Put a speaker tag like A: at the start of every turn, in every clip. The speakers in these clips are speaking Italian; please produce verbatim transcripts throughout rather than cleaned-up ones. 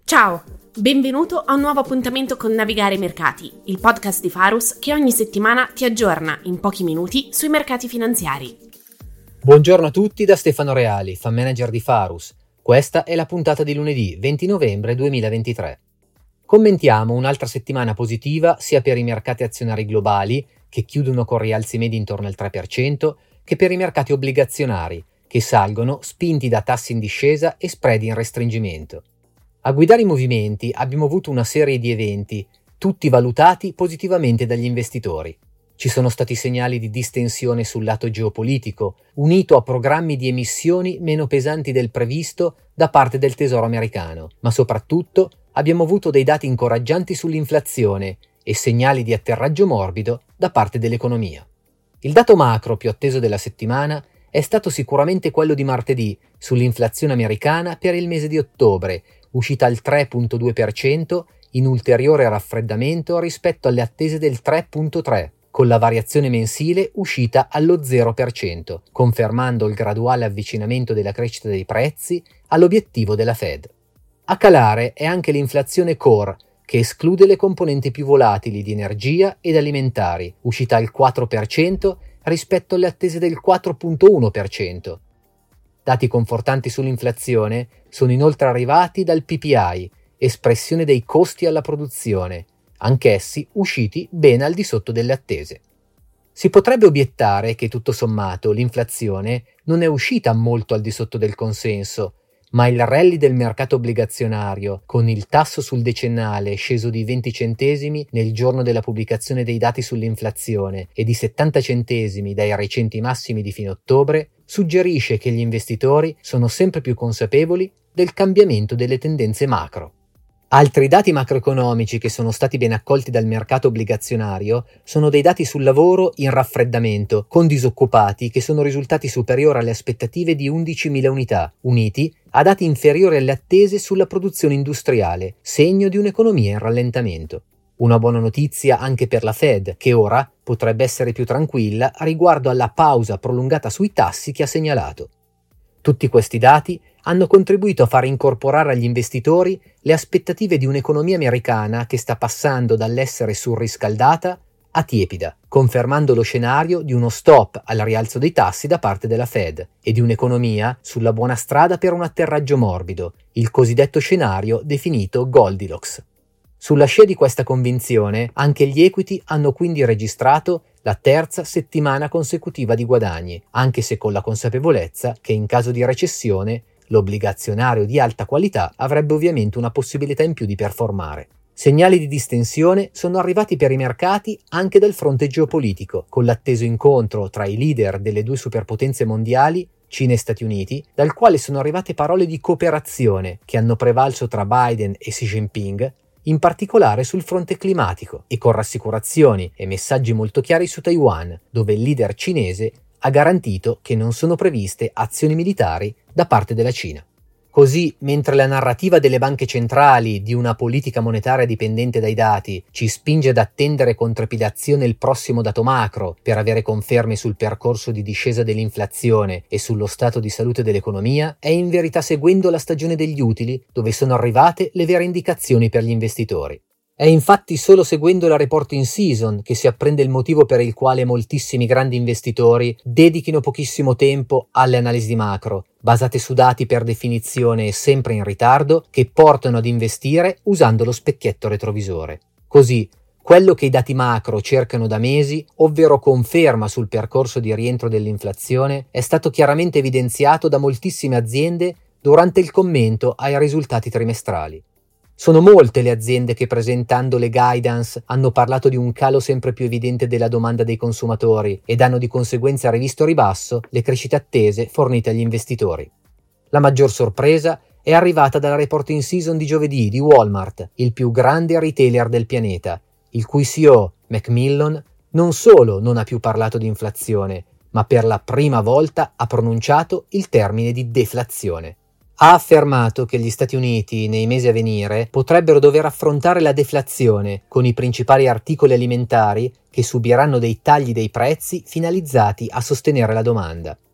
A: Ciao, benvenuto a un nuovo appuntamento con Navigare i Mercati, il podcast di Farus che ogni settimana ti aggiorna in pochi minuti sui mercati finanziari.
B: Buongiorno a tutti da Stefano Reali, fan manager di Farus. Questa è la puntata di lunedì venti novembre duemilaventitré. Commentiamo un'altra settimana positiva sia per i mercati azionari globali, che chiudono con rialzi medi intorno al tre per cento, che per i mercati obbligazionari, che salgono spinti da tassi in discesa e spread in restringimento. A guidare i movimenti abbiamo avuto una serie di eventi, tutti valutati positivamente dagli investitori. Ci sono stati segnali di distensione sul lato geopolitico, unito a programmi di emissioni meno pesanti del previsto da parte del Tesoro americano, ma soprattutto abbiamo avuto dei dati incoraggianti sull'inflazione e segnali di atterraggio morbido da parte dell'economia. Il dato macro più atteso della settimana è stato sicuramente quello di martedì sull'inflazione americana per il mese di ottobre, uscita al tre virgola due per cento, in ulteriore raffreddamento rispetto alle attese del tre virgola tre per cento, con la variazione mensile uscita allo zero per cento, confermando il graduale avvicinamento della crescita dei prezzi all'obiettivo della Fed. A calare è anche l'inflazione core, che esclude le componenti più volatili di energia ed alimentari, uscita al quattro per cento rispetto alle attese del quattro virgola uno per cento. Dati confortanti sull'inflazione sono inoltre arrivati dal P P I, espressione dei costi alla produzione, anch'essi usciti ben al di sotto delle attese. Si potrebbe obiettare che tutto sommato l'inflazione non è uscita molto al di sotto del consenso, ma il rally del mercato obbligazionario, con il tasso sul decennale sceso di venti centesimi nel giorno della pubblicazione dei dati sull'inflazione e di settanta centesimi dai recenti massimi di fine ottobre, suggerisce che gli investitori sono sempre più consapevoli del cambiamento delle tendenze macro. Altri dati macroeconomici che sono stati ben accolti dal mercato obbligazionario sono dei dati sul lavoro in raffreddamento, con disoccupati che sono risultati superiori alle aspettative di undicimila unità, uniti a dati inferiori alle attese sulla produzione industriale, segno di un'economia in rallentamento. Una buona notizia anche per la Fed, che ora potrebbe essere più tranquilla riguardo alla pausa prolungata sui tassi che ha segnalato. Tutti questi dati hanno contribuito a far incorporare agli investitori le aspettative di un'economia americana che sta passando dall'essere surriscaldata a tiepida, confermando lo scenario di uno stop al rialzo dei tassi da parte della Fed e di un'economia sulla buona strada per un atterraggio morbido, il cosiddetto scenario definito Goldilocks. Sulla scia di questa convinzione, anche gli equity hanno quindi registrato la terza settimana consecutiva di guadagni, anche se con la consapevolezza che in caso di recessione l'obbligazionario di alta qualità avrebbe ovviamente una possibilità in più di performare. Segnali di distensione sono arrivati per i mercati anche dal fronte geopolitico, con l'atteso incontro tra i leader delle due superpotenze mondiali, Cina e Stati Uniti, dal quale sono arrivate parole di cooperazione che hanno prevalso tra Biden e Xi Jinping, in particolare sul fronte climatico, e con rassicurazioni e messaggi molto chiari su Taiwan, dove il leader cinese ha garantito che non sono previste azioni militari da parte della Cina. Così, mentre la narrativa delle banche centrali di una politica monetaria dipendente dai dati ci spinge ad attendere con trepidazione il prossimo dato macro per avere conferme sul percorso di discesa dell'inflazione e sullo stato di salute dell'economia, è in verità seguendo la stagione degli utili dove sono arrivate le vere indicazioni per gli investitori. È infatti solo seguendo la reporting season che si apprende il motivo per il quale moltissimi grandi investitori dedichino pochissimo tempo alle analisi macro, basate su dati per definizione sempre in ritardo, che portano ad investire usando lo specchietto retrovisore. Così, quello che i dati macro cercano da mesi, ovvero conferma sul percorso di rientro dell'inflazione, è stato chiaramente evidenziato da moltissime aziende durante il commento ai risultati trimestrali. Sono molte le aziende che, presentando le guidance, hanno parlato di un calo sempre più evidente della domanda dei consumatori ed hanno di conseguenza rivisto a ribasso le crescite attese fornite agli investitori. La maggior sorpresa è arrivata dalla reporting season di giovedì di Walmart, il più grande retailer del pianeta, il cui C E O, Macmillan, non solo non ha più parlato di inflazione, ma per la prima volta ha pronunciato il termine di deflazione. Ha affermato che gli Stati Uniti, nei mesi a venire, potrebbero dover affrontare la deflazione con i principali articoli alimentari che subiranno dei tagli dei prezzi finalizzati a sostenere la domanda.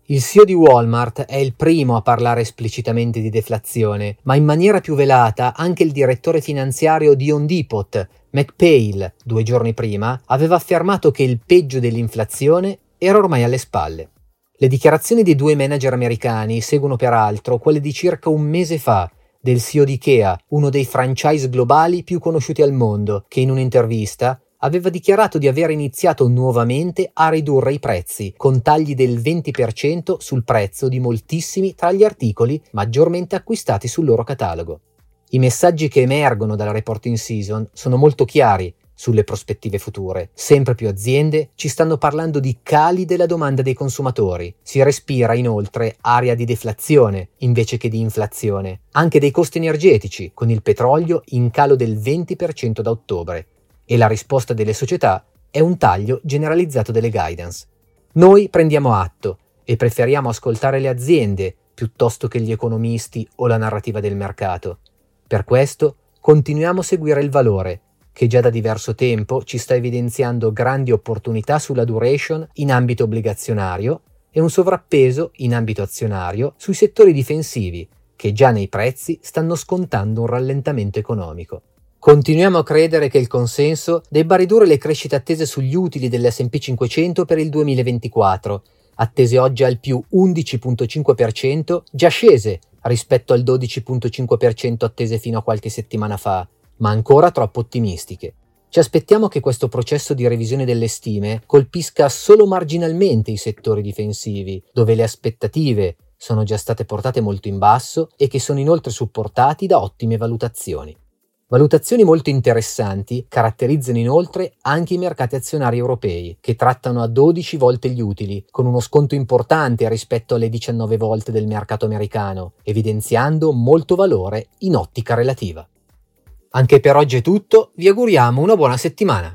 B: Il C E O di Walmart è il primo a parlare esplicitamente di deflazione, ma in maniera più velata anche il direttore finanziario di Home Depot, McPhail, due giorni prima, aveva affermato che il peggio dell'inflazione era ormai alle spalle. Le dichiarazioni dei due manager americani seguono peraltro quelle di circa un mese fa del C E O di Ikea, uno dei franchise globali più conosciuti al mondo, che in un'intervista aveva dichiarato di aver iniziato nuovamente a ridurre i prezzi, con tagli del venti per cento sul prezzo di moltissimi tra gli articoli maggiormente acquistati sul loro catalogo. I messaggi che emergono dalla reporting season sono molto chiari sulle prospettive future. Sempre più aziende ci stanno parlando di cali della domanda dei consumatori. Si respira inoltre aria di deflazione invece che di inflazione. Anche dei costi energetici, con il petrolio in calo del venti per cento da ottobre. E la risposta delle società è un taglio generalizzato delle guidance. Noi prendiamo atto e preferiamo ascoltare le aziende piuttosto che gli economisti o la narrativa del mercato. Per questo continuiamo a seguire il valore, che già da diverso tempo ci sta evidenziando grandi opportunità sulla duration in ambito obbligazionario e un sovrappeso in ambito azionario sui settori difensivi, che già nei prezzi stanno scontando un rallentamento economico. Continuiamo a credere che il consenso debba ridurre le crescite attese sugli utili dell'esse and pi cinquecento per il duemilaventiquattro, attese oggi al più undici virgola cinque per cento, già scese rispetto al dodici virgola cinque per cento attese fino a qualche settimana fa, ma ancora troppo ottimistiche. Ci aspettiamo che questo processo di revisione delle stime colpisca solo marginalmente i settori difensivi, dove le aspettative sono già state portate molto in basso e che sono inoltre supportati da ottime valutazioni. Valutazioni molto interessanti caratterizzano inoltre anche i mercati azionari europei, che trattano a dodici volte gli utili, con uno sconto importante rispetto alle diciannove volte del mercato americano, evidenziando molto valore in ottica relativa. Anche per oggi è tutto, vi auguriamo una buona settimana.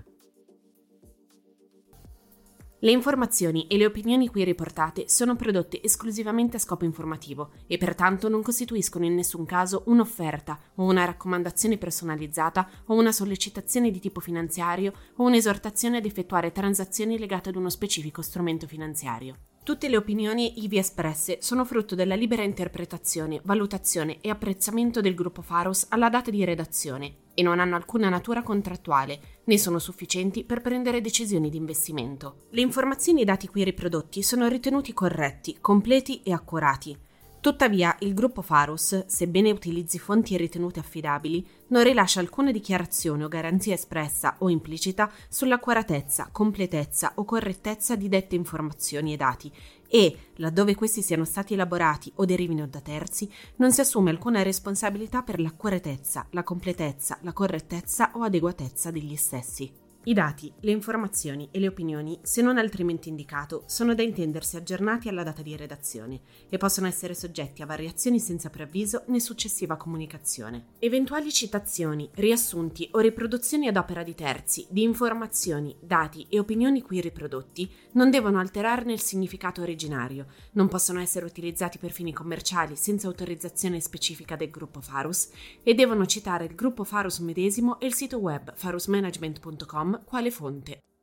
A: Le informazioni e le opinioni qui riportate sono prodotte esclusivamente a scopo informativo e pertanto non costituiscono in nessun caso un'offerta o una raccomandazione personalizzata o una sollecitazione di tipo finanziario o un'esortazione ad effettuare transazioni legate ad uno specifico strumento finanziario. Tutte le opinioni ivi espresse sono frutto della libera interpretazione, valutazione e apprezzamento del gruppo Pharos alla data di redazione e non hanno alcuna natura contrattuale, né sono sufficienti per prendere decisioni di investimento. Le informazioni e i dati qui riprodotti sono ritenuti corretti, completi e accurati. Tuttavia, il gruppo Pharos, sebbene utilizzi fonti ritenute affidabili, non rilascia alcuna dichiarazione o garanzia espressa o implicita sull'accuratezza, completezza o correttezza di dette informazioni e dati e, laddove questi siano stati elaborati o derivino da terzi, non si assume alcuna responsabilità per l'accuratezza, la completezza, la correttezza o adeguatezza degli stessi. I dati, le informazioni e le opinioni, se non altrimenti indicato, sono da intendersi aggiornati alla data di redazione e possono essere soggetti a variazioni senza preavviso né successiva comunicazione. Eventuali citazioni, riassunti o riproduzioni ad opera di terzi di informazioni, dati e opinioni qui riprodotti non devono alterarne il significato originario, non possono essere utilizzati per fini commerciali senza autorizzazione specifica del gruppo Pharos e devono citare il gruppo Pharos medesimo e il sito web pharosmanagement punto com quale fonte.